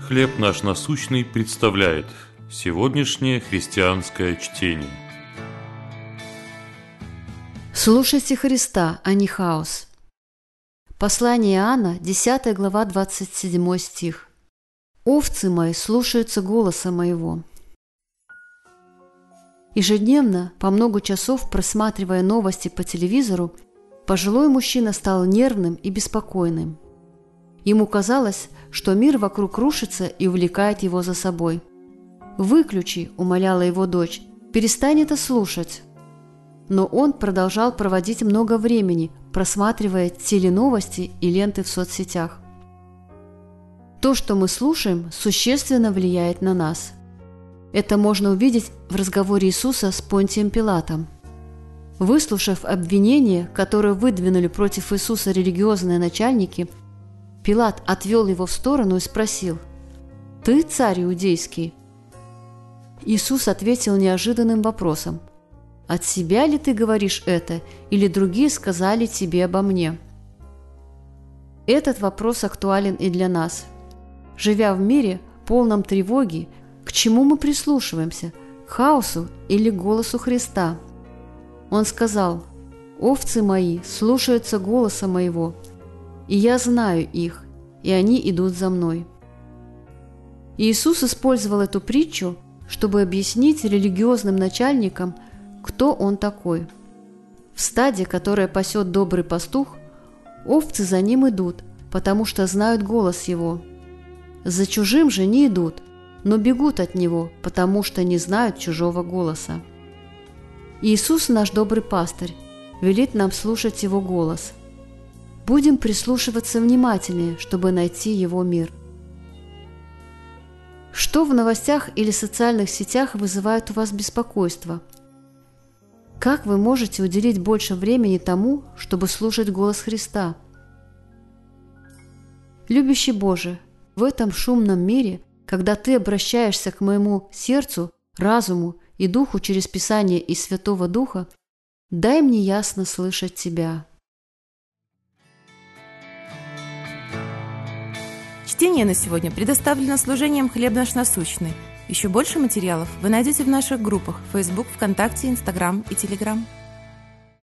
«Хлеб наш насущный» представляет сегодняшнее христианское чтение. Слушайте Христа, а не хаос. Послание Иоанна, 10 глава, 27 стих. «Овцы мои слушаются голоса моего». Ежедневно, по много часов просматривая новости по телевизору, пожилой мужчина стал нервным и беспокойным. Ему казалось, что мир вокруг рушится и увлекает его за собой. «Выключи», – умоляла его дочь, – «перестань это слушать». Но он продолжал проводить много времени, просматривая теленовости и ленты в соцсетях. То, что мы слушаем, существенно влияет на нас. Это можно увидеть в разговоре Иисуса с Понтием Пилатом. Выслушав обвинения, которые выдвинули против Иисуса религиозные начальники, Пилат отвел его в сторону и спросил: «Ты царь иудейский?» Иисус ответил неожиданным вопросом: «От себя ли ты говоришь это, или другие сказали тебе обо мне?» Этот вопрос актуален и для нас. Живя в мире, полном тревоги, к чему мы прислушиваемся – к хаосу или к голосу Христа? Он сказал: «Овцы мои слушаются голоса моего, и я знаю их, и они идут за мной». Иисус использовал эту притчу, чтобы объяснить религиозным начальникам, кто Он такой. В стаде, которое пасет добрый пастух, овцы за ним идут, потому что знают голос его. За чужим же не идут, но бегут от него, потому что не знают чужого голоса. Иисус, наш добрый пастырь, велит нам слушать Его голос. Будем прислушиваться внимательнее, чтобы найти Его мир. Что в новостях или социальных сетях вызывает у вас беспокойство? Как вы можете уделить больше времени тому, чтобы слушать голос Христа? Любящий Боже, в этом шумном мире, когда Ты обращаешься к моему сердцу, разуму и духу через Писание и Святого Духа, дай мне ясно слышать Тебя. Чтение на сегодня предоставлено служением «Хлеб наш насущный». Еще больше материалов вы найдете в наших группах Facebook, ВКонтакте, Instagram и Telegram.